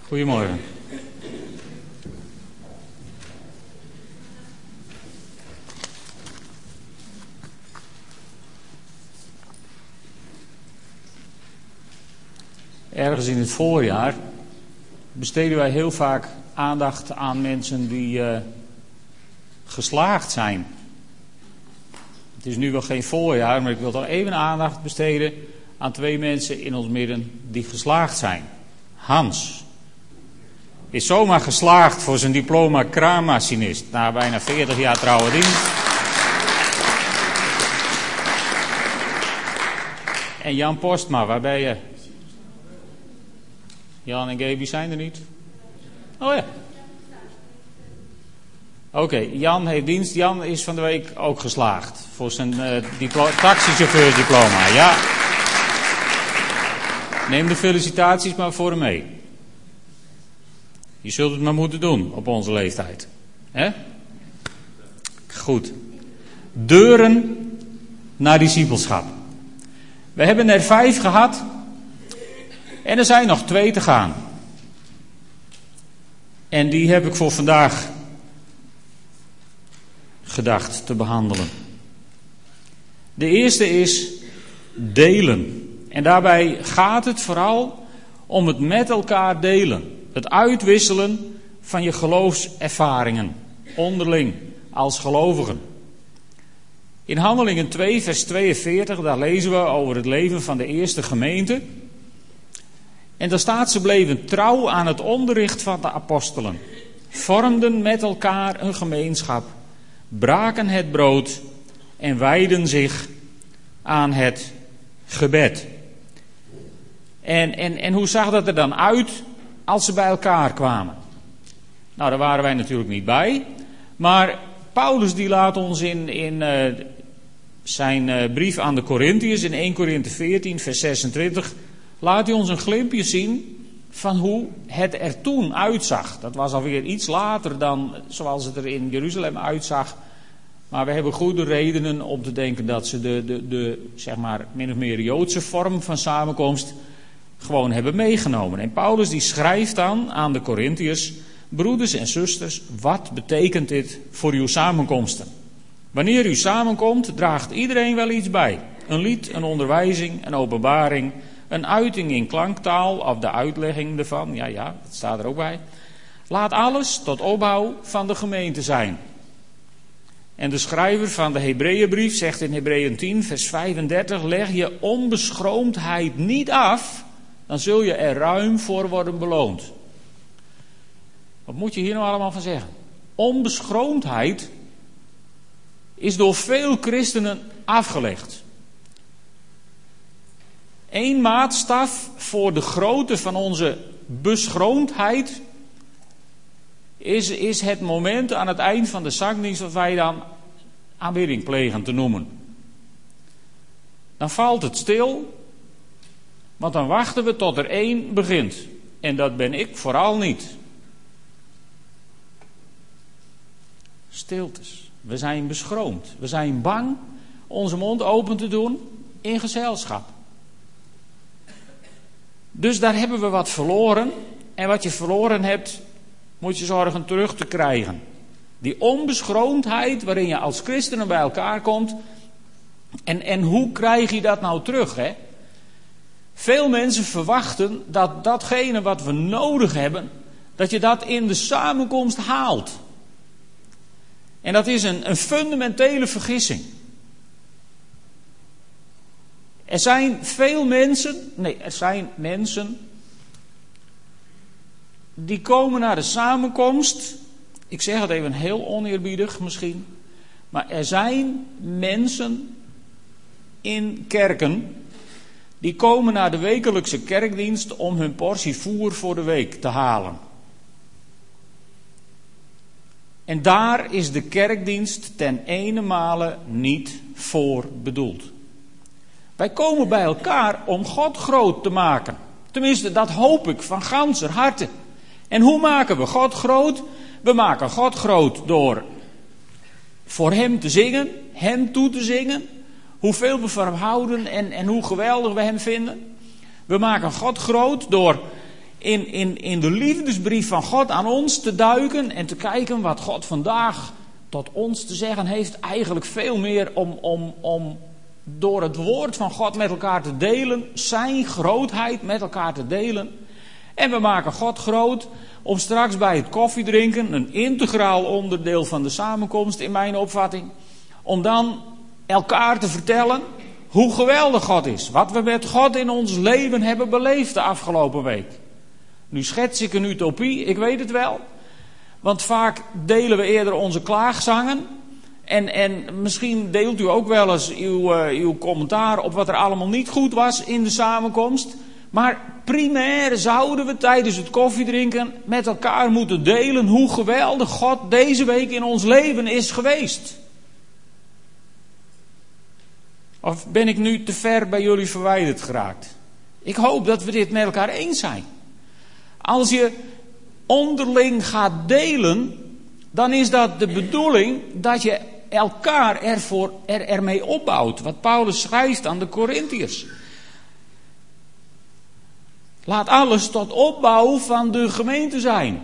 Goedemorgen. Ergens in het voorjaar besteden wij heel vaak aandacht aan mensen die geslaagd zijn. Het is nu wel geen voorjaar, maar ik wil toch even aandacht besteden aan 2 mensen in ons midden die geslaagd zijn. Hans is zomaar geslaagd voor zijn diploma kraammachinist na bijna 40 jaar trouwe dienst. En Jan Postma, waar ben je? Jan en Gaby zijn er niet? Oh ja. Oké, Jan heeft dienst. Jan is van de week ook geslaagd voor zijn taxichauffeursdiploma. Ja. Neem de felicitaties maar voor hem mee. Je zult het maar moeten doen op onze leeftijd. Hè? Goed. Deuren naar discipelschap. We hebben er 5 gehad. En er zijn nog 2 te gaan. En die heb ik voor vandaag gedacht te behandelen. De eerste is delen. En daarbij gaat het vooral om het met elkaar delen. Het uitwisselen van je geloofservaringen. Onderling als gelovigen. In Handelingen 2 vers 42 daar lezen we over het leven van de eerste gemeente. En daar staat: ze bleven trouw aan het onderricht van de apostelen. Vormden met elkaar een gemeenschap. Braken het brood en wijden zich aan het gebed. En hoe zag dat er dan uit als ze bij elkaar kwamen? Nou, daar waren wij natuurlijk niet bij. Maar Paulus die laat ons in zijn brief aan de Korintiërs in 1 Korinthe 14 vers 26... laat hij ons een glimpje zien van hoe het er toen uitzag. Dat was alweer iets later dan zoals het er in Jeruzalem uitzag. Maar we hebben goede redenen om te denken dat ze de zeg maar min of meer Joodse vorm van samenkomst gewoon hebben meegenomen. En Paulus die schrijft dan aan de Korintiërs: broeders en zusters, wat betekent dit voor uw samenkomsten? Wanneer u samenkomt, draagt iedereen wel iets bij. Een lied, een onderwijzing, een openbaring, een uiting in klanktaal of de uitlegging ervan. Ja, dat staat er ook bij. Laat alles tot opbouw van de gemeente zijn. En de schrijver van de Hebreeënbrief zegt in Hebreeën 10 vers 35... leg je onbeschroomdheid niet af, dan zul je er ruim voor worden beloond. Wat moet je hier nou allemaal van zeggen? Onbeschroomdheid is door veel christenen afgelegd. Eén maatstaf voor de grootte van onze beschroomdheid is het moment aan het eind van de zangdienst wat wij dan aanbidding plegen te noemen. Dan valt het stil, want dan wachten we tot er 1 begint. En dat ben ik vooral niet. Stiltes. We zijn beschroomd. We zijn bang onze mond open te doen in gezelschap. Dus daar hebben we wat verloren. En wat je verloren hebt, moet je zorgen terug te krijgen. Die onbeschroomdheid waarin je als christenen bij elkaar komt. En hoe krijg je dat nou terug, hè? Veel mensen verwachten dat datgene wat we nodig hebben, dat je dat in de samenkomst haalt. En dat is een fundamentele vergissing. Er zijn mensen die komen naar de samenkomst. Ik zeg het even heel oneerbiedig misschien. Maar er zijn mensen in kerken die komen naar de wekelijkse kerkdienst om hun portie voer voor de week te halen. En daar is de kerkdienst ten ene niet voor bedoeld. Wij komen bij elkaar om God groot te maken. Tenminste, dat hoop ik van ganser harte. En hoe maken we God groot? We maken God groot door voor Hem te zingen, Hem toe te zingen. Hoeveel we van Hem houden en hoe geweldig we Hem vinden. We maken God groot door in de liefdesbrief van God aan ons te duiken en te kijken wat God vandaag tot ons te zeggen heeft. Eigenlijk veel meer om door het woord van God met elkaar te delen, zijn grootheid met elkaar te delen. En we maken God groot om straks bij het koffiedrinken, een integraal onderdeel van de samenkomst in mijn opvatting, om dan elkaar te vertellen hoe geweldig God is. Wat we met God in ons leven hebben beleefd de afgelopen week. Nu schets ik een utopie, ik weet het wel. Want vaak delen we eerder onze klaagzangen. En misschien deelt u ook wel eens uw commentaar op wat er allemaal niet goed was in de samenkomst. Maar primair zouden we tijdens het koffiedrinken met elkaar moeten delen hoe geweldig God deze week in ons leven is geweest. Of ben ik nu te ver bij jullie verwijderd geraakt? Ik hoop dat we dit met elkaar eens zijn. Als je onderling gaat delen, dan is dat de bedoeling dat je elkaar ermee opbouwt. Wat Paulus schrijft aan de Korintiërs. Laat alles tot opbouw van de gemeente zijn.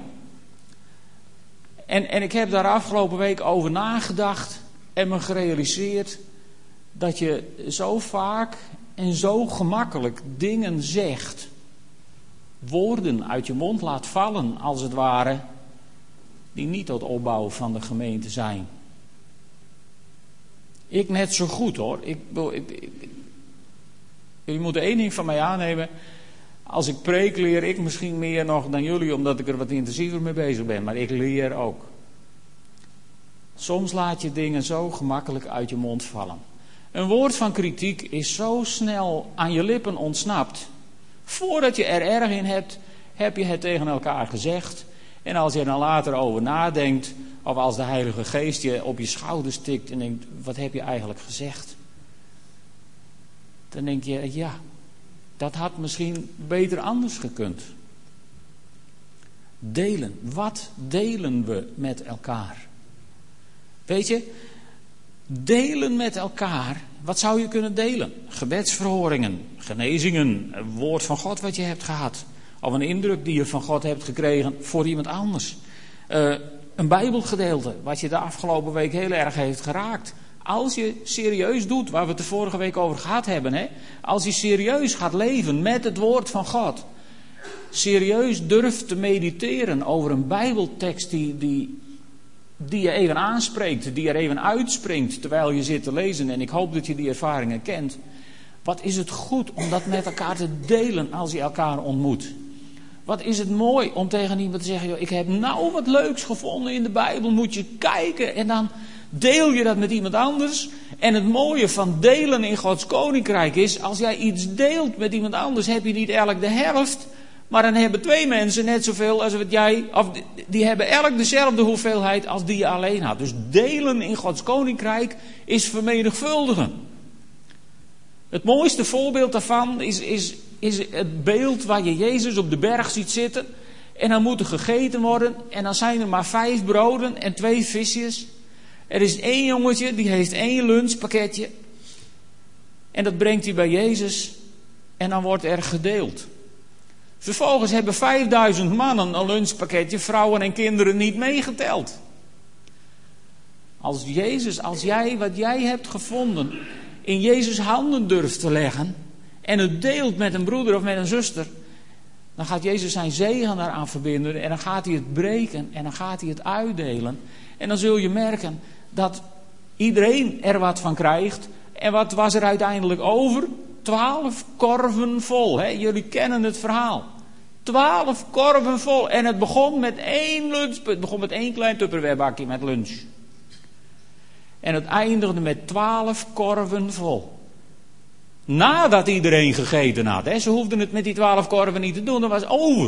En ik heb daar afgelopen week over nagedacht en me gerealiseerd dat je zo vaak en zo gemakkelijk dingen zegt, woorden uit je mond laat vallen als het ware, die niet tot opbouw van de gemeente zijn. Ik net zo goed hoor. Jullie moeten één ding van mij aannemen. Als ik preek, leer ik misschien meer nog dan jullie, omdat ik er wat intensiever mee bezig ben. Maar ik leer ook. Soms laat je dingen zo gemakkelijk uit je mond vallen. Een woord van kritiek is zo snel aan je lippen ontsnapt. Voordat je er erg in hebt, heb je het tegen elkaar gezegd. En als je er dan later over nadenkt, of als de Heilige Geest je op je schouders tikt en denkt, wat heb je eigenlijk gezegd? Dan denk je, ja, dat had misschien beter anders gekund. Delen. Wat delen we met elkaar? Weet je, delen met elkaar, wat zou je kunnen delen? Gebedsverhoringen, genezingen, een woord van God wat je hebt gehad. Of een indruk die je van God hebt gekregen voor iemand anders. Een Bijbelgedeelte wat je de afgelopen week heel erg heeft geraakt. Als je serieus doet, waar we het de vorige week over gehad hebben. Hè? Als je serieus gaat leven met het woord van God. Serieus durft te mediteren over een Bijbeltekst die je even aanspreekt. Die er even uitspringt terwijl je zit te lezen. En ik hoop dat je die ervaringen kent. Wat is het goed om dat met elkaar te delen als je elkaar ontmoet. Wat is het mooi om tegen iemand te zeggen, joh, ik heb nou wat leuks gevonden in de Bijbel, moet je kijken. En dan deel je dat met iemand anders. En het mooie van delen in Gods Koninkrijk is, als jij iets deelt met iemand anders, heb je niet elk de helft. Maar dan hebben twee mensen net zoveel als wat jij, of die hebben elk dezelfde hoeveelheid als die je alleen had. Dus delen in Gods Koninkrijk is vermenigvuldigen. Het mooiste voorbeeld daarvan is het beeld waar je Jezus op de berg ziet zitten. En dan moet er gegeten worden. En dan zijn er maar 5 broden en 2 visjes. Er is 1 jongetje, die heeft 1 lunchpakketje. En dat brengt hij bij Jezus. En dan wordt er gedeeld. Vervolgens hebben 5000 mannen een lunchpakketje, vrouwen en kinderen niet meegeteld. Als Jezus, als jij wat jij hebt gevonden in Jezus' handen durft te leggen en het deelt met een broeder of met een zuster, dan gaat Jezus zijn zegen daaraan verbinden en dan gaat hij het breken en dan gaat hij het uitdelen. En dan zul je merken dat iedereen er wat van krijgt. En wat was er uiteindelijk over? 12 korven vol. Hè? Jullie kennen het verhaal. 12 korven vol. En het begon met 1 lunch. Het begon met 1 klein tupperwarebakje met lunch. En het eindigde met 12 korven vol. Nadat iedereen gegeten had. Hè? Ze hoefden het met die 12 korven niet te doen. Dat was over.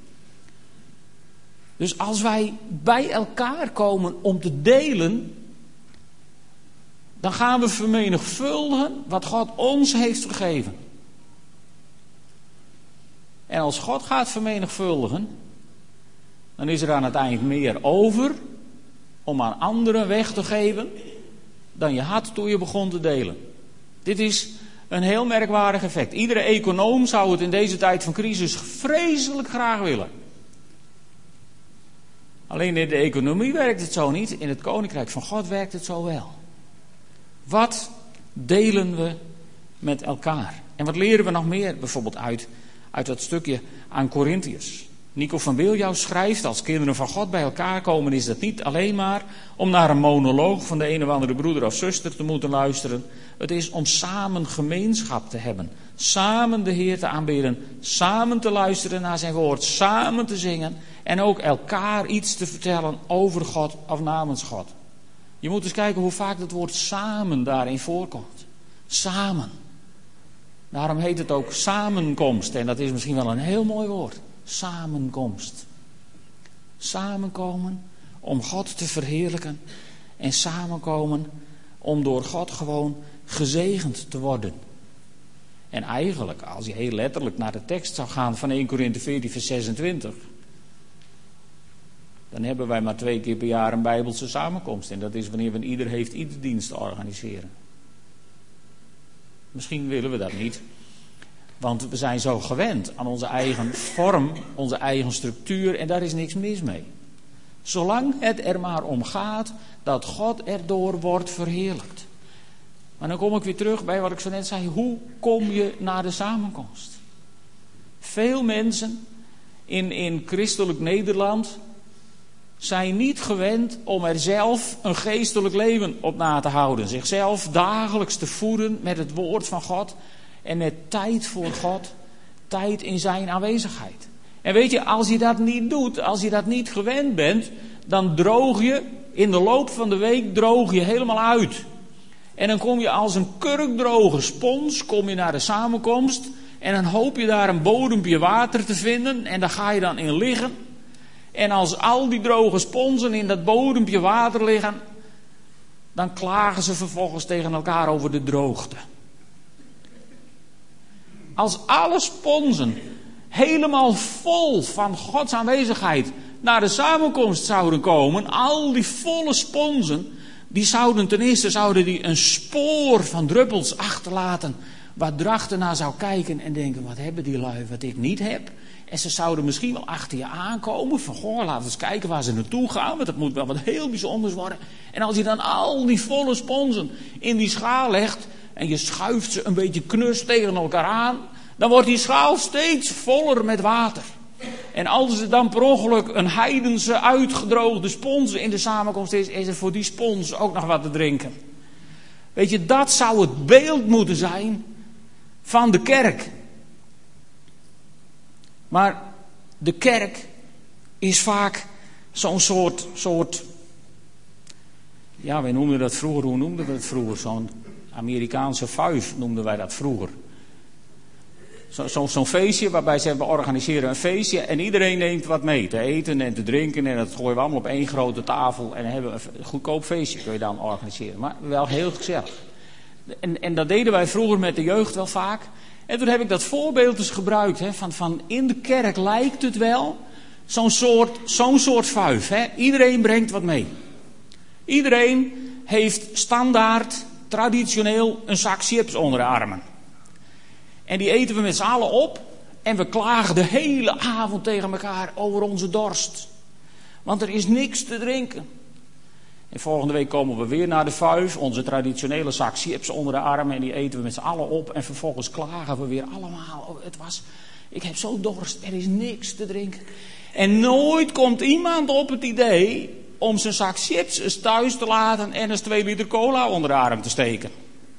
Dus als wij bij elkaar komen om te delen, dan gaan we vermenigvuldigen wat God ons heeft gegeven. En als God gaat vermenigvuldigen, dan is er aan het eind meer over om aan anderen weg te geven dan je had toen je begon te delen. Dit is Een heel merkwaardig effect. Iedere econoom zou het in deze tijd van crisis vreselijk graag willen. Alleen in de economie werkt het zo niet. In het Koninkrijk van God werkt het zo wel. Wat delen we met elkaar? En wat leren we nog meer bijvoorbeeld uit dat stukje aan Korintiërs? Nico van Biljouw schrijft, als kinderen van God bij elkaar komen, is dat niet alleen maar om naar een monoloog van de een of andere broeder of zuster te moeten luisteren. Het is om samen gemeenschap te hebben. Samen de Heer te aanbidden. Samen te luisteren naar zijn woord. Samen te zingen. En ook elkaar iets te vertellen over God of namens God. Je moet eens kijken hoe vaak het woord samen daarin voorkomt. Samen. Daarom heet het ook samenkomst. En dat is misschien wel een heel mooi woord. Samenkomst. Samenkomen om God te verheerlijken. En samenkomen om door God gewoon gezegend te worden. En eigenlijk, als je heel letterlijk naar de tekst zou gaan van 1 Korinthe 14 vers 26... dan hebben wij maar 2 keer per jaar een Bijbelse samenkomst. En dat is wanneer we ieder heeft ieder dienst te organiseren. Misschien willen we dat niet. Want we zijn zo gewend aan onze eigen vorm, onze eigen structuur. En daar is niks mis mee. Zolang het er maar om gaat dat God erdoor wordt verheerlijkt. Maar dan kom ik weer terug bij wat ik zo net zei. Hoe kom je naar de samenkomst? Veel mensen in christelijk Nederland zijn niet gewend om er zelf een geestelijk leven op na te houden. Zichzelf dagelijks te voeden met het woord van God. En met tijd voor God. Tijd in zijn aanwezigheid. En weet je, als je dat niet doet, als je dat niet gewend bent, dan droog je in de loop van de week helemaal uit. En dan kom je als een kurkdroge spons, kom je naar de samenkomst. En dan hoop je daar een bodempje water te vinden. En daar ga je dan in liggen. En als al die droge sponsen in dat bodempje water liggen, dan klagen ze vervolgens tegen elkaar over de droogte. Als alle sponsen helemaal vol van Gods aanwezigheid naar de samenkomst zouden komen, al die volle sponsen, die zouden ten eerste een spoor van druppels achterlaten, waar drachten naar zou kijken en denken, wat hebben die lui wat ik niet heb? En ze zouden misschien wel achter je aankomen, van goh, laten we eens kijken waar ze naartoe gaan, want dat moet wel wat heel bijzonders worden. En als je dan al die volle sponsen in die schaal legt en je schuift ze een beetje knus tegen elkaar aan, dan wordt die schaal steeds voller met water. En als er dan per ongeluk een heidense uitgedroogde spons in de samenkomst is er voor die spons ook nog wat te drinken. Weet je, dat zou het beeld moeten zijn van de kerk. Maar de kerk is vaak zo'n soort, ja, wij noemden dat vroeger, hoe noemden we dat vroeger? Zo'n Amerikaanse vuif noemden wij dat vroeger. Zo'n feestje waarbij we organiseren een feestje en iedereen neemt wat mee. Te eten en te drinken en dat gooien we allemaal op één grote tafel. En dan hebben we een goedkoop feestje kun je dan organiseren. Maar wel heel gezellig. En dat deden wij vroeger met de jeugd wel vaak. En toen heb ik dat voorbeeld dus gebruikt. Van in de kerk lijkt het wel zo'n soort vuif. Iedereen brengt wat mee. Iedereen heeft standaard, traditioneel een zak chips onder de armen. En die eten we met z'n allen op. En we klagen de hele avond tegen elkaar over onze dorst. Want er is niks te drinken. En volgende week komen we weer naar de vuif. Onze traditionele zak chips onder de armen. En die eten we met z'n allen op. En vervolgens klagen we weer allemaal. Ik heb zo dorst. Er is niks te drinken. En nooit komt iemand op het idee om zijn zak chips eens thuis te laten. En eens 2 liter cola onder de arm te steken.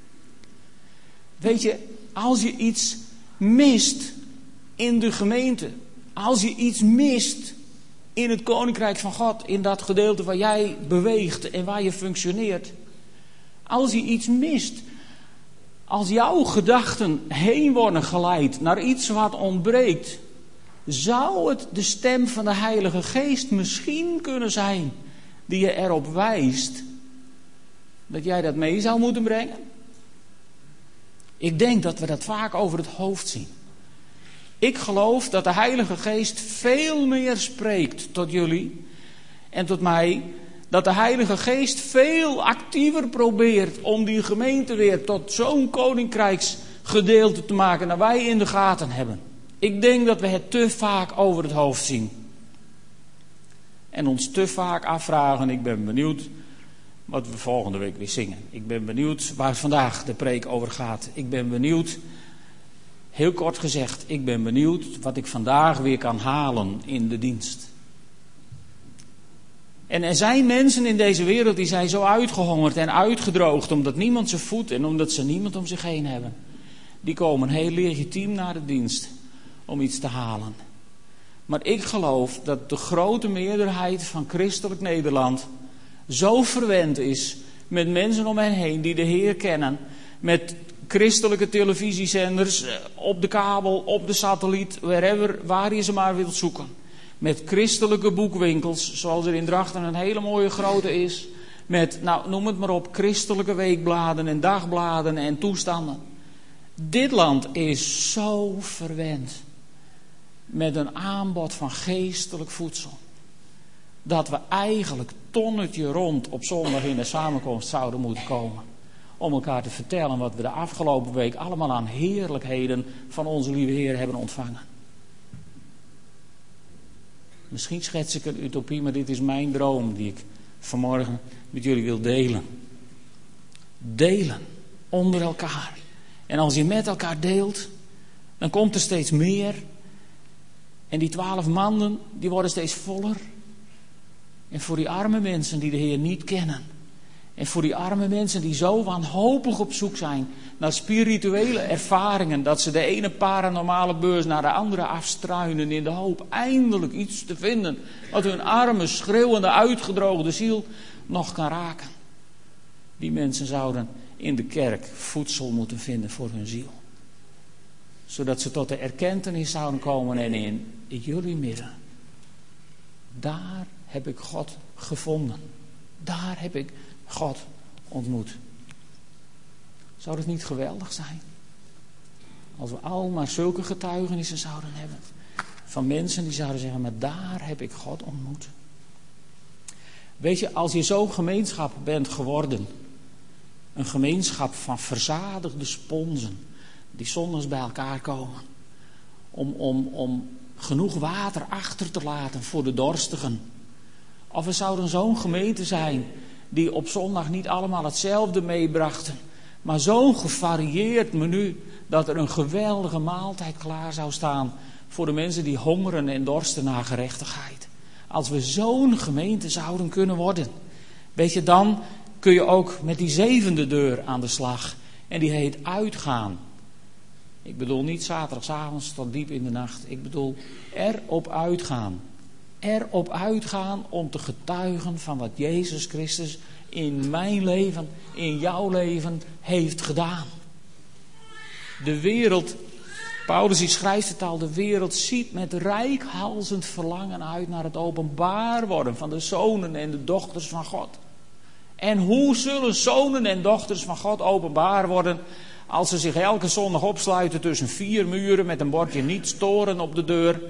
Weet je, als je iets mist in de gemeente, als je iets mist in het Koninkrijk van God, in dat gedeelte waar jij beweegt en waar je functioneert, als je iets mist, als jouw gedachten heen worden geleid naar iets wat ontbreekt, zou het de stem van de Heilige Geest misschien kunnen zijn die je erop wijst dat jij dat mee zou moeten brengen? Ik denk dat we dat vaak over het hoofd zien. Ik geloof dat de Heilige Geest veel meer spreekt tot jullie en tot mij. Dat de Heilige Geest veel actiever probeert om die gemeente weer tot zo'n koninkrijksgemeente gedeelte te maken dat wij in de gaten hebben. Ik denk dat we het te vaak over het hoofd zien. En ons te vaak afvragen. Ik ben benieuwd wat we volgende week weer zingen. Ik ben benieuwd waar vandaag de preek over gaat. Ik ben benieuwd, heel kort gezegd, ik ben benieuwd wat ik vandaag weer kan halen in de dienst. En er zijn mensen in deze wereld die zijn zo uitgehongerd en uitgedroogd omdat niemand ze voedt en omdat ze niemand om zich heen hebben. Die komen heel legitiem naar de dienst om iets te halen. Maar ik geloof dat de grote meerderheid van christelijk Nederland zo verwend is met mensen om hen heen die de Heer kennen, met christelijke televisiezenders, op de kabel, op de satelliet, waar je ze maar wilt zoeken. Met christelijke boekwinkels, zoals er in Drachten een hele mooie grote is. Met, noem het maar op, christelijke weekbladen en dagbladen en toestanden. Dit land is zo verwend met een aanbod van geestelijk voedsel, dat we eigenlijk tonnetje rond op zondag in de samenkomst zouden moeten komen. Om elkaar te vertellen wat we de afgelopen week allemaal aan heerlijkheden van onze lieve Heer hebben ontvangen. Misschien schets ik een utopie, maar dit is mijn droom die ik vanmorgen met jullie wil delen. Delen onder elkaar. En als je met elkaar deelt, dan komt er steeds meer. En die 12 manden, die worden steeds voller. En voor die arme mensen die de Heer niet kennen. En voor die arme mensen die zo wanhopig op zoek zijn naar spirituele ervaringen, dat ze de ene paranormale beurs naar de andere afstruinen in de hoop eindelijk iets te vinden wat hun arme, schreeuwende, uitgedroogde ziel nog kan raken. Die mensen zouden in de kerk voedsel moeten vinden voor hun ziel. Zodat ze tot de erkentenis zouden komen en in jullie midden. Daar heb ik God gevonden. Daar heb ik God ontmoet. Zou het niet geweldig zijn? Als we al maar zulke getuigenissen zouden hebben. Van mensen die zouden zeggen, maar daar heb ik God ontmoet. Weet je, als je zo'n gemeenschap bent geworden. Een gemeenschap van verzadigde sponsen. Die zondags bij elkaar komen. Om genoeg water achter te laten voor de dorstigen. Of we zouden zo'n gemeente zijn die op zondag niet allemaal hetzelfde meebrachten. Maar zo'n gevarieerd menu dat er een geweldige maaltijd klaar zou staan voor de mensen die hongeren en dorsten naar gerechtigheid. Als we zo'n gemeente zouden kunnen worden. Weet je, dan kun je ook met die 7e deur aan de slag. En die heet uitgaan. Ik bedoel niet zaterdagavond tot diep in de nacht. Ik bedoel erop uitgaan. Erop uitgaan om te getuigen van wat Jezus Christus in mijn leven, in jouw leven heeft gedaan. De wereld, Paulus die schrijft het al, de wereld ziet met reikhalzend verlangen uit naar het openbaar worden van de zonen en de dochters van God. En hoe zullen zonen en dochters van God openbaar worden als ze zich elke zondag opsluiten tussen 4 muren met een bordje niet storen op de deur?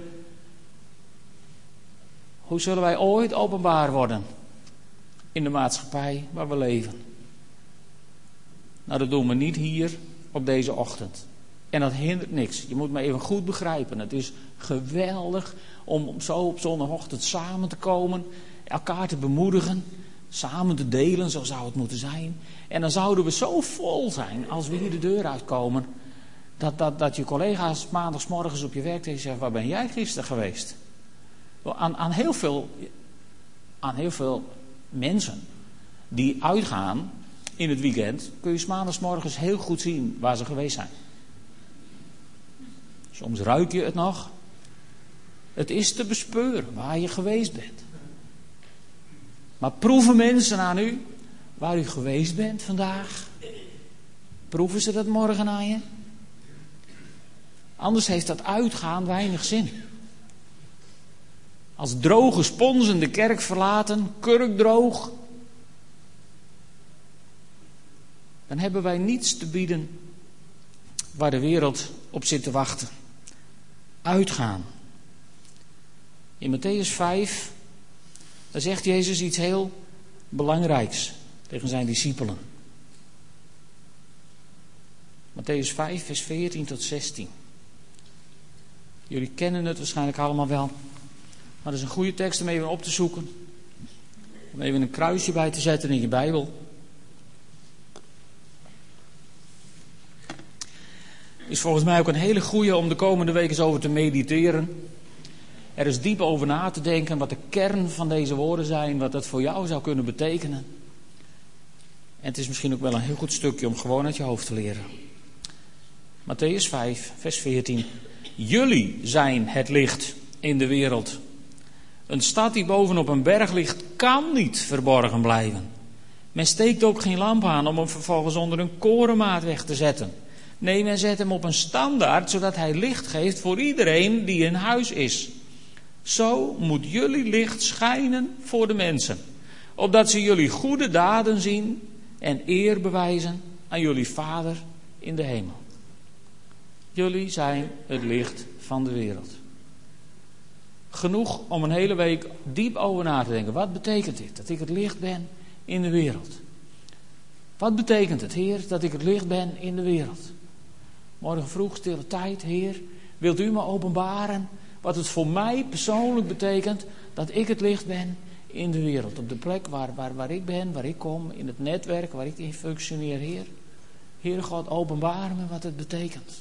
Hoe zullen wij ooit openbaar worden in de maatschappij waar we leven? Nou, dat doen we niet hier op deze ochtend. En dat hindert niks. Je moet me even goed begrijpen. Het is geweldig om zo op zondagochtend samen te komen, elkaar te bemoedigen, samen te delen, zo zou het moeten zijn. En dan zouden we zo vol zijn als we hier de deur uitkomen, dat je collega's maandagsmorgens op je werk tegen zeggen, waar ben jij gisteren geweest? Aan heel veel mensen die uitgaan in het weekend, kun je 's maandagsmorgens heel goed zien waar ze geweest zijn. Soms ruik je het nog. Het is te bespeuren waar je geweest bent. Maar proeven mensen aan u waar u geweest bent vandaag? Proeven ze dat morgen aan je? Anders heeft dat uitgaan weinig zin. Als droge sponsen de kerk verlaten, kurkdroog, dan hebben wij niets te bieden waar de wereld op zit te wachten. Uitgaan. In Mattheüs 5, daar zegt Jezus iets heel belangrijks tegen zijn discipelen. Mattheüs 5, vers 14 tot 16. Jullie kennen het waarschijnlijk allemaal wel. Maar dat is een goede tekst om even op te zoeken. Om even een kruisje bij te zetten in je Bijbel. Is volgens mij ook een hele goede om de komende week eens over te mediteren. Er is diep over na te denken wat de kern van deze woorden zijn. Wat dat voor jou zou kunnen betekenen. En het is misschien ook wel een heel goed stukje om gewoon uit je hoofd te leren. Mattheüs 5, vers 14. Jullie zijn het licht in de wereld. Een stad die bovenop een berg ligt, kan niet verborgen blijven. Men steekt ook geen lamp aan om hem vervolgens onder een korenmaat weg te zetten. Nee, men zet hem op een standaard, zodat hij licht geeft voor iedereen die in huis is. Zo moet jullie licht schijnen voor de mensen, opdat ze jullie goede daden zien en eer bewijzen aan jullie Vader in de hemel. Jullie zijn het licht van de wereld. Genoeg om een hele week diep over na te denken. Wat betekent dit? Dat ik het licht ben in de wereld. Wat betekent het, Heer, dat ik het licht ben in de wereld? Morgen vroeg, stille tijd, Heer, wilt u me openbaren wat het voor mij persoonlijk betekent dat ik het licht ben in de wereld. Op de plek waar ik ben, waar ik kom, in het netwerk waar ik in functioneer, Heer. Heere God, openbaar me wat het betekent.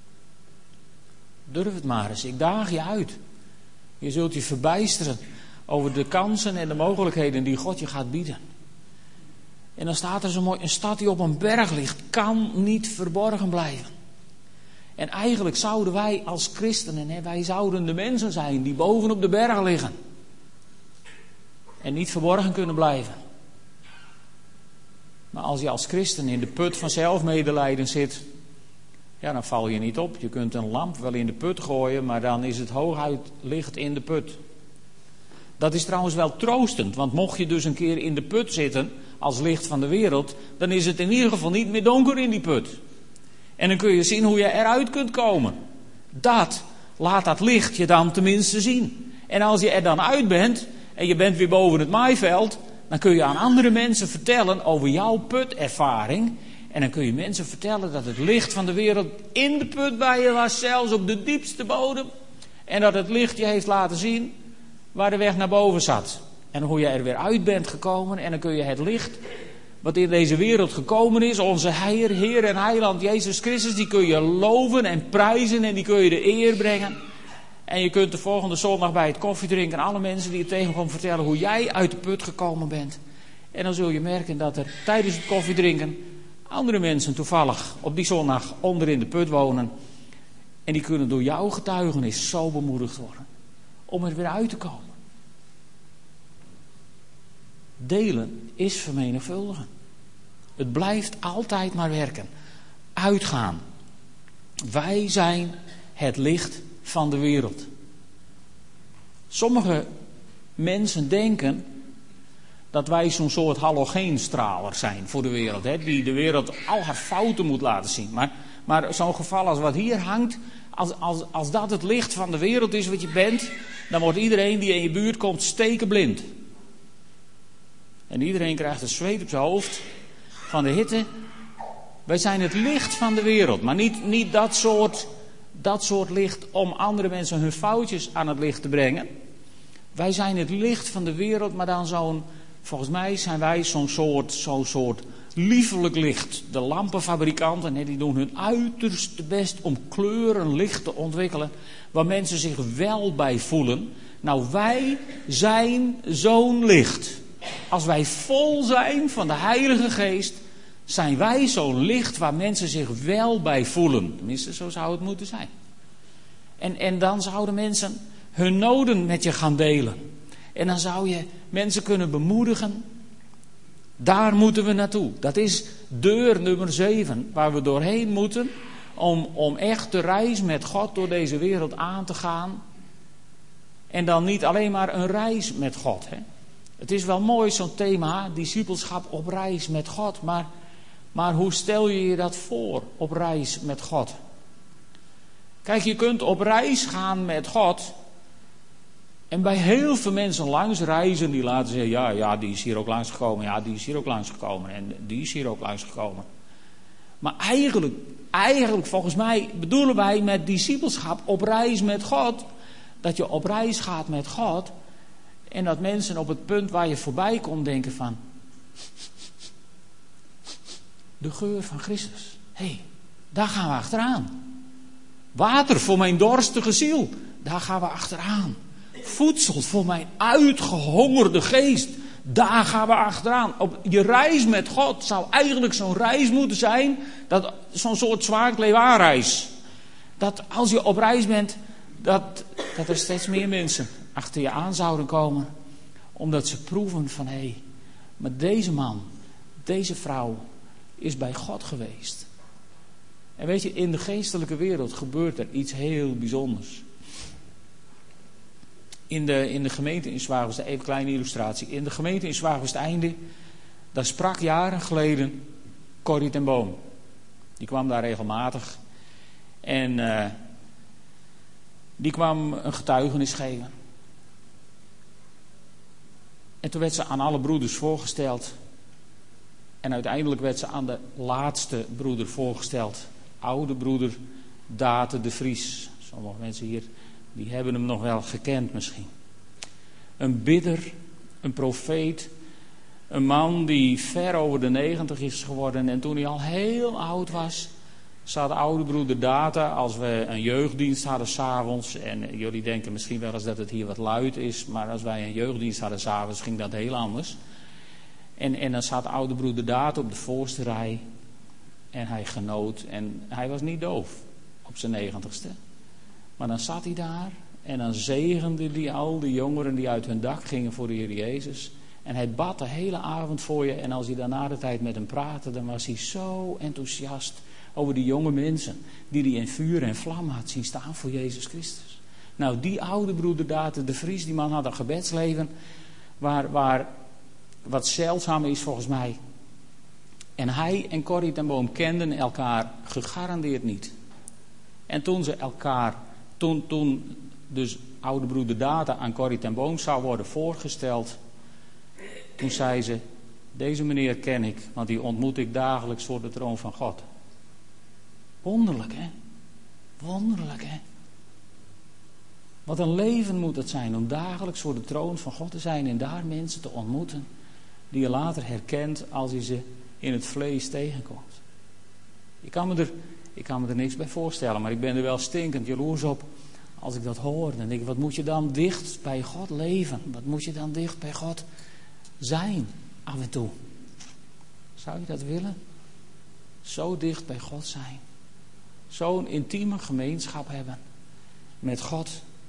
Durf het maar eens, ik daag je uit. Je zult je verbijsteren over de kansen en de mogelijkheden die God je gaat bieden. En dan staat er zo mooi, een stad die op een berg ligt, kan niet verborgen blijven. En eigenlijk zouden wij als christenen, wij zouden de mensen zijn die bovenop de berg liggen. En niet verborgen kunnen blijven. Maar als je als christen in de put van zelfmedelijden zit, ja, dan val je niet op. Je kunt een lamp wel in de put gooien, maar dan is het hooguit licht in de put. Dat is trouwens wel troostend, want mocht je dus een keer in de put zitten als licht van de wereld, dan is het in ieder geval niet meer donker in die put. En dan kun je zien hoe je eruit kunt komen. Laat dat licht je dan tenminste zien. En als je er dan uit bent en je bent weer boven het maaiveld, dan kun je aan andere mensen vertellen over jouw putervaring. En dan kun je mensen vertellen dat het licht van de wereld in de put bij je was, zelfs op de diepste bodem. En dat het licht je heeft laten zien waar de weg naar boven zat. En hoe je er weer uit bent gekomen. En dan kun je het licht wat in deze wereld gekomen is, onze Heer en Heiland Jezus Christus, die kun je loven en prijzen en die kun je de eer brengen. En je kunt de volgende zondag bij het koffiedrinken alle mensen die je tegenkomt vertellen hoe jij uit de put gekomen bent. En dan zul je merken dat er tijdens het koffiedrinken andere mensen toevallig op die zondag onder in de put wonen. En die kunnen door jouw getuigenis zo bemoedigd worden om er weer uit te komen. Delen is vermenigvuldigen. Het blijft altijd maar werken. Uitgaan. Wij zijn het licht van de wereld. Sommige mensen denken dat wij zo'n soort halogeenstraler zijn voor de wereld. Die de wereld al haar fouten moet laten zien. Maar zo'n geval als wat hier hangt, als dat het licht van de wereld is wat je bent, dan wordt iedereen die in je buurt komt stekenblind. En iedereen krijgt het zweet op zijn hoofd van de hitte. Wij zijn het licht van de wereld. Maar niet dat soort licht om andere mensen hun foutjes aan het licht te brengen. Wij zijn het licht van de wereld, maar dan volgens mij zijn wij zo'n soort liefelijk licht. De lampenfabrikanten, die doen hun uiterste best om kleuren licht te ontwikkelen waar mensen zich wel bij voelen. Nou, wij zijn zo'n licht. Als wij vol zijn van de Heilige Geest, zijn wij zo'n licht waar mensen zich wel bij voelen. Tenminste, zo zou het moeten zijn. En dan zouden mensen hun noden met je gaan delen. En dan zou je mensen kunnen bemoedigen. Daar moeten we naartoe. Dat is deur nummer 7, waar we doorheen moeten om echt de reis met God door deze wereld aan te gaan. En dan niet alleen maar een reis met God, Het is wel mooi, zo'n thema, discipelschap op reis met God. Maar hoe stel je je dat voor, op reis met God? Kijk, je kunt op reis gaan met God. En bij heel veel mensen langs reizen, die laten zeggen, ja, die is hier ook langsgekomen. Ja, die is hier ook langsgekomen. En die is hier ook langsgekomen. Maar eigenlijk volgens mij bedoelen wij met discipelschap op reis met God. Dat je op reis gaat met God. En dat mensen op het punt waar je voorbij komt denken van... de geur van Christus. Hé, daar gaan we achteraan. Water voor mijn dorstige ziel. Daar gaan we achteraan. Voedsel voor mijn uitgehongerde geest. Daar gaan we achteraan. Op je reis met God zou eigenlijk zo'n reis moeten zijn. Zo'n soort zwaar-klewaarreis. Dat als je op reis bent, dat er steeds meer mensen achter je aan zouden komen. Omdat ze proeven van hé, maar deze man, deze vrouw is bij God geweest. En weet je, in de geestelijke wereld gebeurt er iets heel bijzonders. In de gemeente in Zwaagwesteinde, even een kleine illustratie. In de gemeente in Zwaagwesteinde, daar sprak jaren geleden Corrie ten Boom. Die kwam daar regelmatig. En die kwam een getuigenis geven. En toen werd ze aan alle broeders voorgesteld. En uiteindelijk werd ze aan de laatste broeder voorgesteld. Oude broeder Date de Vries. Sommige mensen hier, die hebben hem nog wel gekend misschien. Een bidder, een profeet. Een man die ver over de 90 is geworden. En toen hij al heel oud was, zat oude broeder Date, als we een jeugddienst hadden s'avonds. En jullie denken misschien wel eens dat het hier wat luid is. Maar als wij een jeugddienst hadden s'avonds, ging dat heel anders. En dan zat oude broeder Date op de voorste rij. En hij genoot. En hij was niet doof op zijn 90ste. Maar dan zat hij daar. En dan zegende hij al die jongeren die uit hun dak gingen voor de Heer Jezus. En hij bad de hele avond voor je. En als hij daarna de tijd met hem praatte, dan was hij zo enthousiast over die jonge mensen. Die hij in vuur en vlam had zien staan voor Jezus Christus. Nou, die oude broeder Date de Vries, die man had een gebedsleven. Waar wat zeldzaam is volgens mij. En hij en Corrie ten Boom kenden elkaar gegarandeerd niet. En toen ze elkaar, toen dus oude broeder Date aan Corrie ten Boom zou worden voorgesteld, toen zei ze, deze meneer ken ik, want die ontmoet ik dagelijks voor de troon van God. Wonderlijk, hè? Wonderlijk, hè? Wat een leven moet het zijn om dagelijks voor de troon van God te zijn en daar mensen te ontmoeten die je later herkent als je ze in het vlees tegenkomt. Ik kan me er niks bij voorstellen, maar ik ben er wel stinkend jaloers op als ik dat hoor. Dan denk ik, wat moet je dan dicht bij God leven? Wat moet je dan dicht bij God zijn af en toe? Zou je dat willen? Zo dicht bij God zijn. Zo'n intieme gemeenschap hebben met God.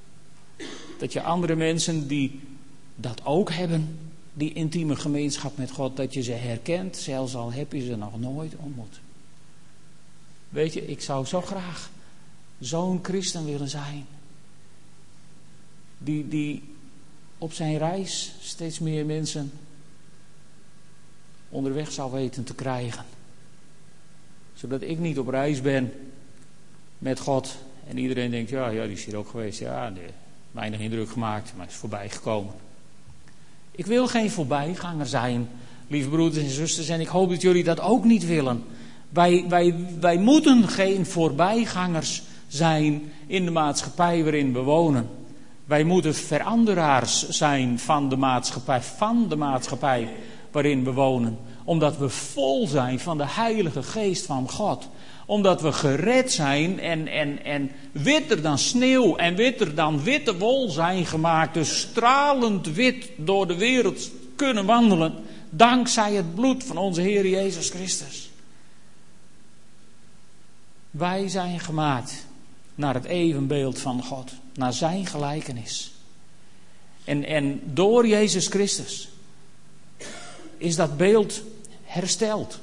Dat je andere mensen die dat ook hebben, die intieme gemeenschap met God, dat je ze herkent, zelfs al heb je ze nog nooit ontmoet. Weet je, ik zou zo graag zo'n christen willen zijn. Die op zijn reis steeds meer mensen onderweg zou weten te krijgen. Zodat ik niet op reis ben met God en iedereen denkt, ja, die is hier ook geweest. Ja, weinig indruk gemaakt, maar is voorbij gekomen. Ik wil geen voorbijganger zijn, lieve broeders en zusters, en ik hoop dat jullie dat ook niet willen. Wij moeten geen voorbijgangers zijn in de maatschappij waarin we wonen. Wij moeten veranderaars zijn van de maatschappij waarin we wonen. Omdat we vol zijn van de Heilige Geest van God. Omdat we gered zijn en witter dan sneeuw en witter dan witte wol zijn gemaakt. Dus stralend wit door de wereld kunnen wandelen. Dankzij het bloed van onze Heer Jezus Christus. Wij zijn gemaakt naar het evenbeeld van God. Naar zijn gelijkenis. En door Jezus Christus is dat beeld hersteld.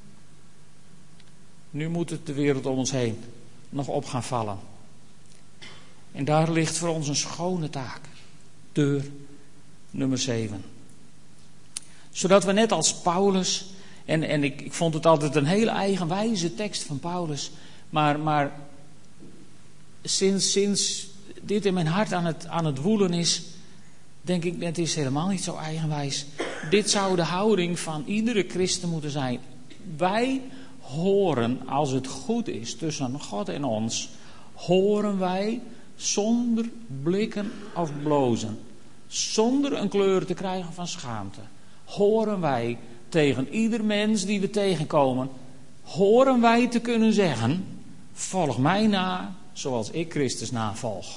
Nu moet het de wereld om ons heen nog op gaan vallen. En daar ligt voor ons een schone taak. Deur nummer 7. Zodat we net als Paulus, en ik vond het altijd een hele eigenwijze tekst van Paulus, maar sinds dit in mijn hart aan het woelen is, denk ik, het is helemaal niet zo eigenwijs. Dit zou de houding van iedere christen moeten zijn. Wij horen, als het goed is tussen God en ons, horen wij zonder blikken of blozen, zonder een kleur te krijgen van schaamte, horen wij tegen ieder mens die we tegenkomen, horen wij te kunnen zeggen: volg mij na zoals ik Christus navolg.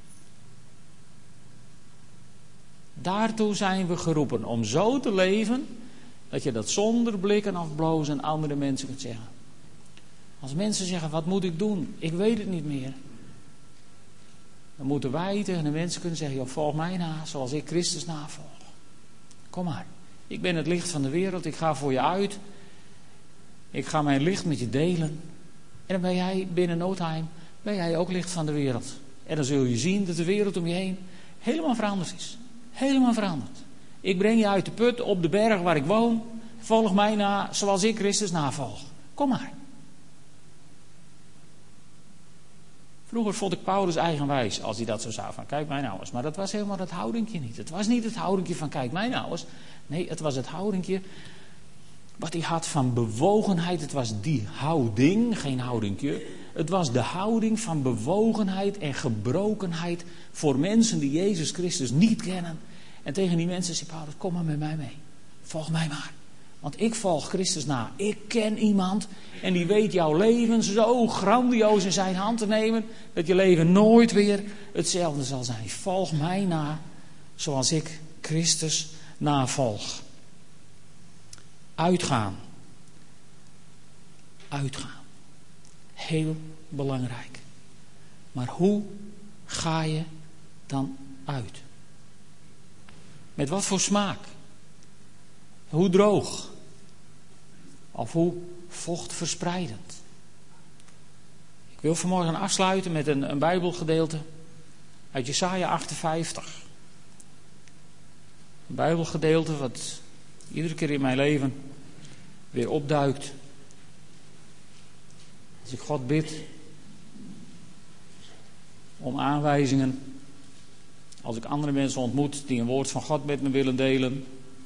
Daartoe zijn we geroepen, om zo te leven dat je dat zonder blikken of blozen andere mensen kunt zeggen. Als mensen zeggen: wat moet ik doen? Ik weet het niet meer. Dan moeten wij tegen de mensen kunnen zeggen: joh, volg mij na zoals ik Christus navolg. Kom maar. Ik ben het licht van de wereld. Ik ga voor je uit. Ik ga mijn licht met je delen. En dan ben jij binnen no time, ben jij ook licht van de wereld. En dan zul je zien dat de wereld om je heen helemaal veranderd is. Helemaal veranderd. Ik breng je uit de put op de berg waar ik woon. Volg mij na zoals ik Christus navolg. Kom maar. Vroeger vond ik Paulus eigenwijs als hij dat zo zou van: kijk mij nou eens. Maar dat was helemaal dat houdingje niet. Het was niet het houdingje van: kijk mij nou eens. Nee, het was het houdingje wat hij had van bewogenheid. Het was die houding, geen houdingje. Het was de houding van bewogenheid en gebrokenheid voor mensen die Jezus Christus niet kennen. En tegen die mensen zei Paulus: kom maar met mij mee. Volg mij maar. Want ik volg Christus na. Ik ken iemand en die weet jouw leven zo grandioos in zijn hand te nemen, dat je leven nooit weer hetzelfde zal zijn. Volg mij na zoals ik Christus navolg. Uitgaan. Uitgaan. Heel belangrijk. Maar hoe ga je dan uit? Met wat voor smaak? Hoe droog? Of hoe vochtverspreidend? Ik wil vanmorgen afsluiten met een Bijbelgedeelte uit Jesaja 58. Een Bijbelgedeelte wat iedere keer in mijn leven weer opduikt. Als ik God bid om aanwijzingen. Als ik andere mensen ontmoet die een woord van God met me willen delen.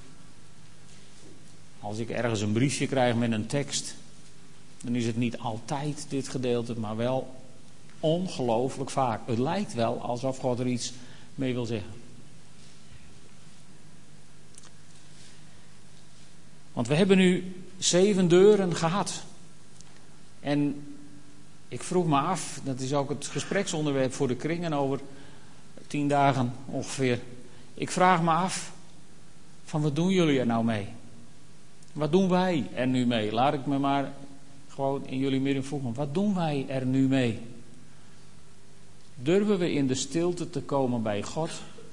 Als ik ergens een briefje krijg met een tekst. Dan is het niet altijd dit gedeelte, maar wel ongelooflijk vaak. Het lijkt wel alsof God er iets mee wil zeggen. Want we hebben nu 7 deuren gehad. En ik vroeg me af, dat is ook het gespreksonderwerp voor de kringen over 10 dagen ongeveer. Ik vraag me af, van wat doen jullie er nou mee? Wat doen wij er nu mee? Laat ik me maar gewoon in jullie midden voegen. Wat doen wij er nu mee? Durven we in de stilte te komen bij God?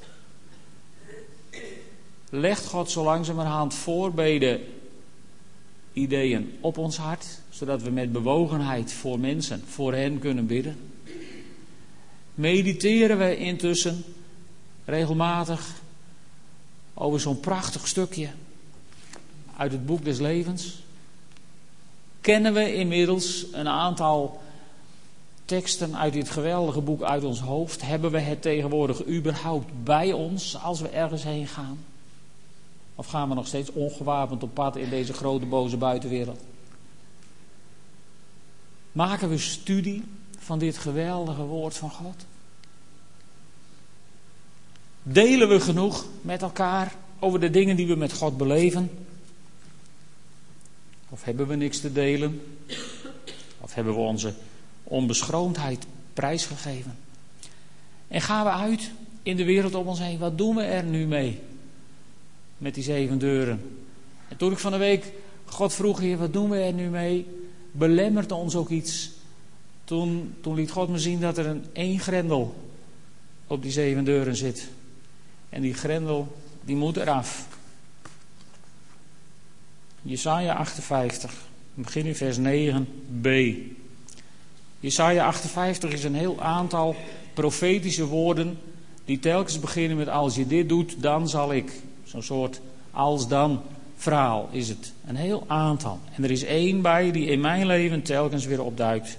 Legt God zo langzamerhand voorbeden, ideeën op ons hart, zodat we met bewogenheid voor mensen, voor hen kunnen bidden? Mediteren we intussen regelmatig over zo'n prachtig stukje uit het boek des levens? Kennen we inmiddels een aantal teksten uit dit geweldige boek uit ons hoofd? Hebben we het tegenwoordig überhaupt bij ons als we ergens heen gaan? Of gaan we nog steeds ongewapend op pad in deze grote boze buitenwereld? Maken we studie van dit geweldige woord van God? Delen we genoeg met elkaar over de dingen die we met God beleven? Of hebben we niks te delen? Of hebben we onze onbeschroomdheid prijsgegeven? En gaan we uit in de wereld om ons heen? Wat doen we er nu mee? Met die 7 deuren. En toen ik van de week God vroeg: Heer, wat doen we er nu mee? Belemmert ons ook iets? Toen liet God me zien dat er één grendel op die 7 deuren zit. En die grendel, die moet eraf. Jesaja 58, begin in vers 9b. Jesaja 58 is een heel aantal profetische woorden die telkens beginnen met: als je dit doet, dan zal ik. Zo'n soort als-dan verhaal is het. Een heel aantal. En er is één bij die in mijn leven telkens weer opduikt.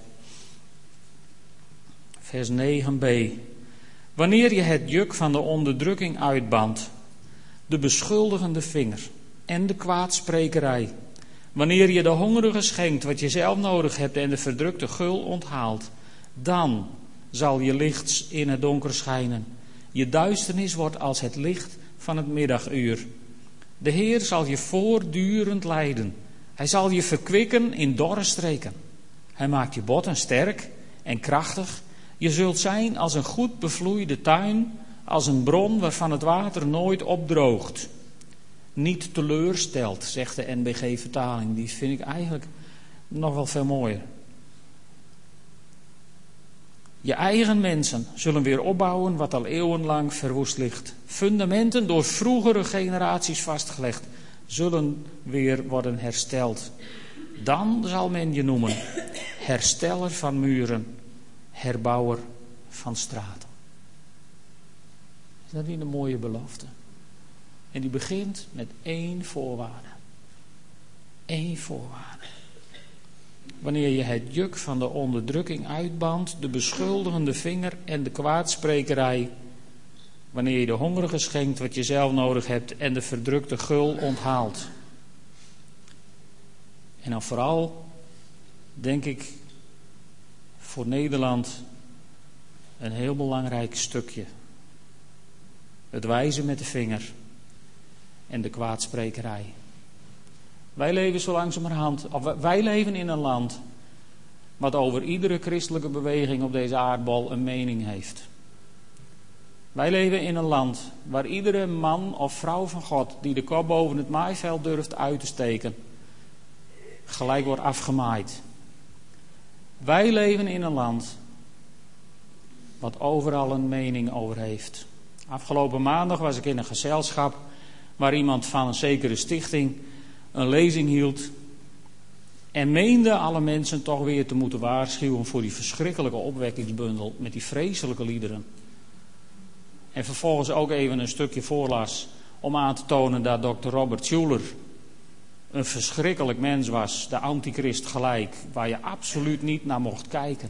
Vers 9b. Wanneer je het juk van de onderdrukking uitbandt, de beschuldigende vinger en de kwaadsprekerij, Wanneer je de hongerigen schenkt wat je zelf nodig hebt en de verdrukte gul onthaalt, dan zal je licht in het donker schijnen. Je duisternis wordt als het licht van het middaguur. De Heer zal je voortdurend leiden. Hij zal je verkwikken in dorre streken. Hij maakt je botten sterk en krachtig. Je zult zijn als een goed bevloeide tuin, als een bron waarvan het water nooit opdroogt. Niet teleurstelt, zegt de NBG-vertaling. Die vind ik eigenlijk nog wel veel mooier. Je eigen mensen zullen weer opbouwen wat al eeuwenlang verwoest ligt. Fundamenten door vroegere generaties vastgelegd zullen weer worden hersteld. Dan zal men je noemen hersteller van muren, herbouwer van straten. Is dat niet een mooie belofte? En die begint met één voorwaarde. Eén voorwaarde. Wanneer je het juk van de onderdrukking uitbandt, de beschuldigende vinger en de kwaadsprekerij. Wanneer je de hongerigen schenkt wat je zelf nodig hebt en de verdrukte gul onthaalt. En dan vooral, denk ik, voor Nederland een heel belangrijk stukje. Het wijzen met de vinger en de kwaadsprekerij. Wij leven zo langzamerhand, wij leven in een land wat over iedere christelijke beweging op deze aardbol een mening heeft. Wij leven in een land waar iedere man of vrouw van God die de kop boven het maaiveld durft uit te steken, gelijk wordt afgemaaid. Wij leven in een land wat overal een mening over heeft. Afgelopen maandag was ik in een gezelschap waar iemand van een zekere stichting een lezing hield en meende alle mensen toch weer te moeten waarschuwen voor die verschrikkelijke opwekkingsbundel met die vreselijke liederen. En vervolgens ook even een stukje voorlas om aan te tonen dat Dr. Robert Schuller een verschrikkelijk mens was, de antichrist gelijk, waar je absoluut niet naar mocht kijken.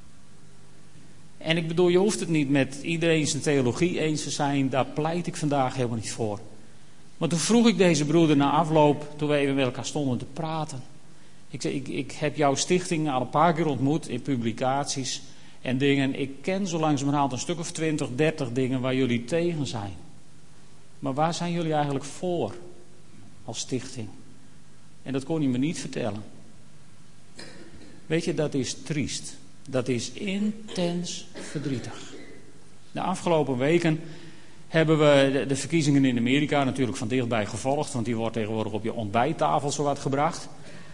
En ik bedoel, je hoeft het niet met iedereen zijn theologie eens te zijn, daar pleit ik vandaag helemaal niet voor. Maar toen vroeg ik deze broeder na afloop, toen we even met elkaar stonden te praten. Ik zei, ik heb jouw stichting al een paar keer ontmoet in publicaties en dingen. Ik ken zo langzamerhand een stuk of 20, 30 dingen waar jullie tegen zijn. Maar waar zijn jullie eigenlijk voor als stichting? En dat kon hij me niet vertellen. Weet je, dat is triest. Dat is intens verdrietig. De afgelopen weken hebben we de verkiezingen in Amerika natuurlijk van dichtbij gevolgd. Want die wordt tegenwoordig op je ontbijttafel zowat gebracht.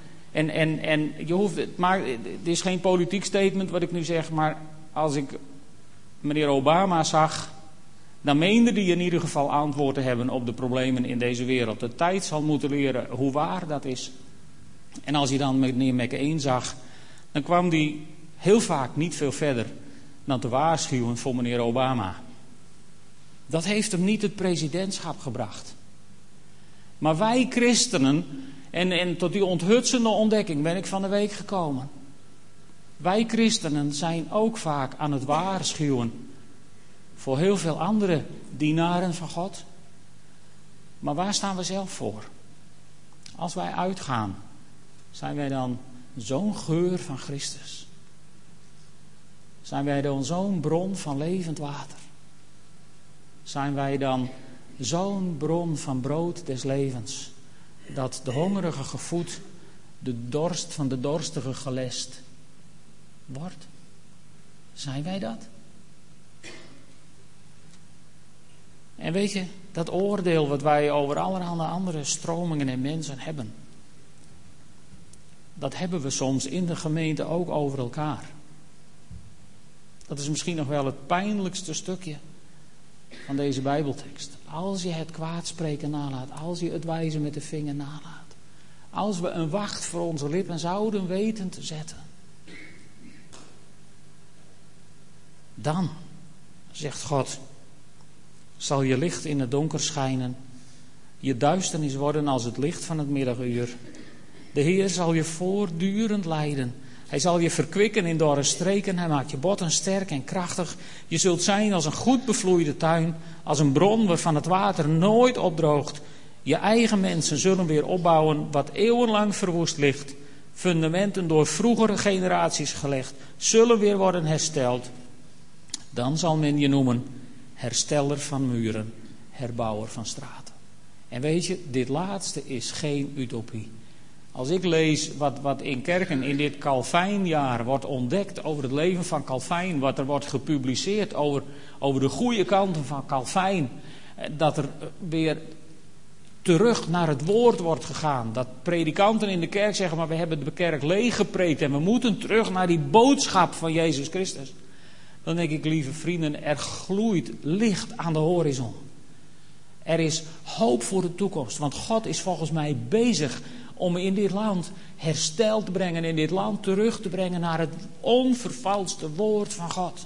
En je hoeft het, maar het is geen politiek statement wat ik nu zeg. Maar als ik meneer Obama zag, dan meende hij in ieder geval antwoord te hebben op de problemen in deze wereld. De tijd zal moeten leren hoe waar dat is. En als je dan meneer McCain zag, dan kwam hij heel vaak niet veel verder dan te waarschuwen voor meneer Obama. Dat heeft hem niet het presidentschap gebracht. Maar wij christenen, en tot die onthutsende ontdekking ben ik van de week gekomen. Wij christenen zijn ook vaak aan het waarschuwen voor heel veel andere dienaren van God. Maar waar staan we zelf voor? Als wij uitgaan, zijn wij dan zo'n geur van Christus? Zijn wij dan zo'n bron van levend water? Zijn wij dan zo'n bron van brood des levens, dat de hongerige gevoed, de dorst van de dorstige gelest wordt? Zijn wij dat? En weet je, dat oordeel wat wij over allerhande andere stromingen en mensen hebben, dat hebben we soms in de gemeente ook over elkaar. Dat is misschien nog wel het pijnlijkste stukje van deze Bijbeltekst. Als je het kwaadspreken nalaat, als je het wijzen met de vinger nalaat, als we een wacht voor onze lippen zouden weten te zetten, dan, zegt God, zal je licht in het donker schijnen, je duisternis worden als het licht van het middaguur. De Heer zal je voortdurend leiden. Hij zal je verkwikken in dorre streken. Hij maakt je botten sterk en krachtig. Je zult zijn als een goed bevloeide tuin, als een bron waarvan het water nooit opdroogt. Je eigen mensen zullen weer opbouwen wat eeuwenlang verwoest ligt. Fundamenten door vroegere generaties gelegd, zullen weer worden hersteld. Dan zal men je noemen hersteller van muren, herbouwer van straten. En weet je, dit laatste is geen utopie. Als ik lees wat in kerken in dit Calvijnjaar wordt ontdekt over het leven van Calvijn, wat er wordt gepubliceerd over de goede kanten van Calvijn, dat er weer terug naar het woord wordt gegaan. Dat predikanten in de kerk zeggen, maar we hebben de kerk leeg gepreekt en we moeten terug naar die boodschap van Jezus Christus. Dan denk ik, lieve vrienden, er gloeit licht aan de horizon. Er is hoop voor de toekomst, want God is volgens mij bezig om in dit land herstel te brengen, in dit land terug te brengen naar het onvervalste woord van God.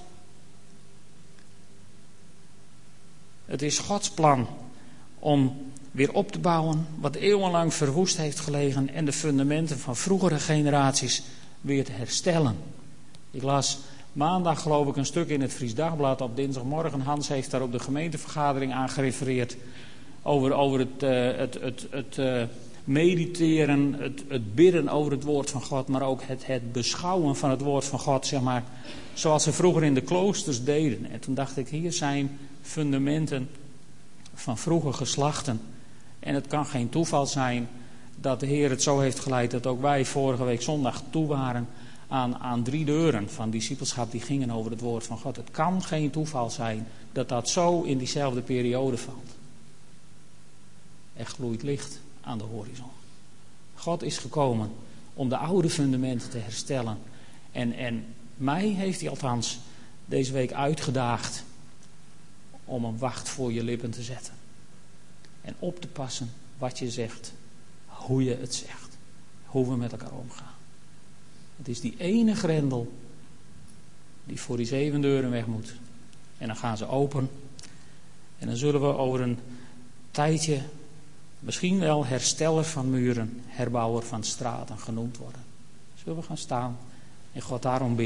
Het is Gods plan om weer op te bouwen wat eeuwenlang verwoest heeft gelegen en de fundamenten van vroegere generaties weer te herstellen. Ik las maandag geloof ik een stuk in het Fries Dagblad op dinsdagmorgen. Hans heeft daar op de gemeentevergadering aan gerefereerd over het mediteren, het bidden over het woord van God, maar ook het beschouwen van het woord van God, zeg maar, zoals ze vroeger in de kloosters deden. En toen dacht ik, hier zijn fundamenten van vroege geslachten. En het kan geen toeval zijn dat de Heer het zo heeft geleid dat ook wij vorige week zondag toe waren aan 3 deuren van discipelschap die gingen over het woord van God. Het kan geen toeval zijn dat dat zo in diezelfde periode valt. Er gloeit licht aan de horizon. God is gekomen om de oude fundamenten te herstellen. En mij heeft hij althans deze week uitgedaagd om een wacht voor je lippen te zetten. En op te passen wat je zegt, hoe je het zegt, hoe we met elkaar omgaan. Het is die ene grendel die voor die 7 deuren weg moet. En dan gaan ze open. En dan zullen we over een tijdje misschien wel hersteller van muren, herbouwer van straten genoemd worden. Zullen we gaan staan en God daarom bidden.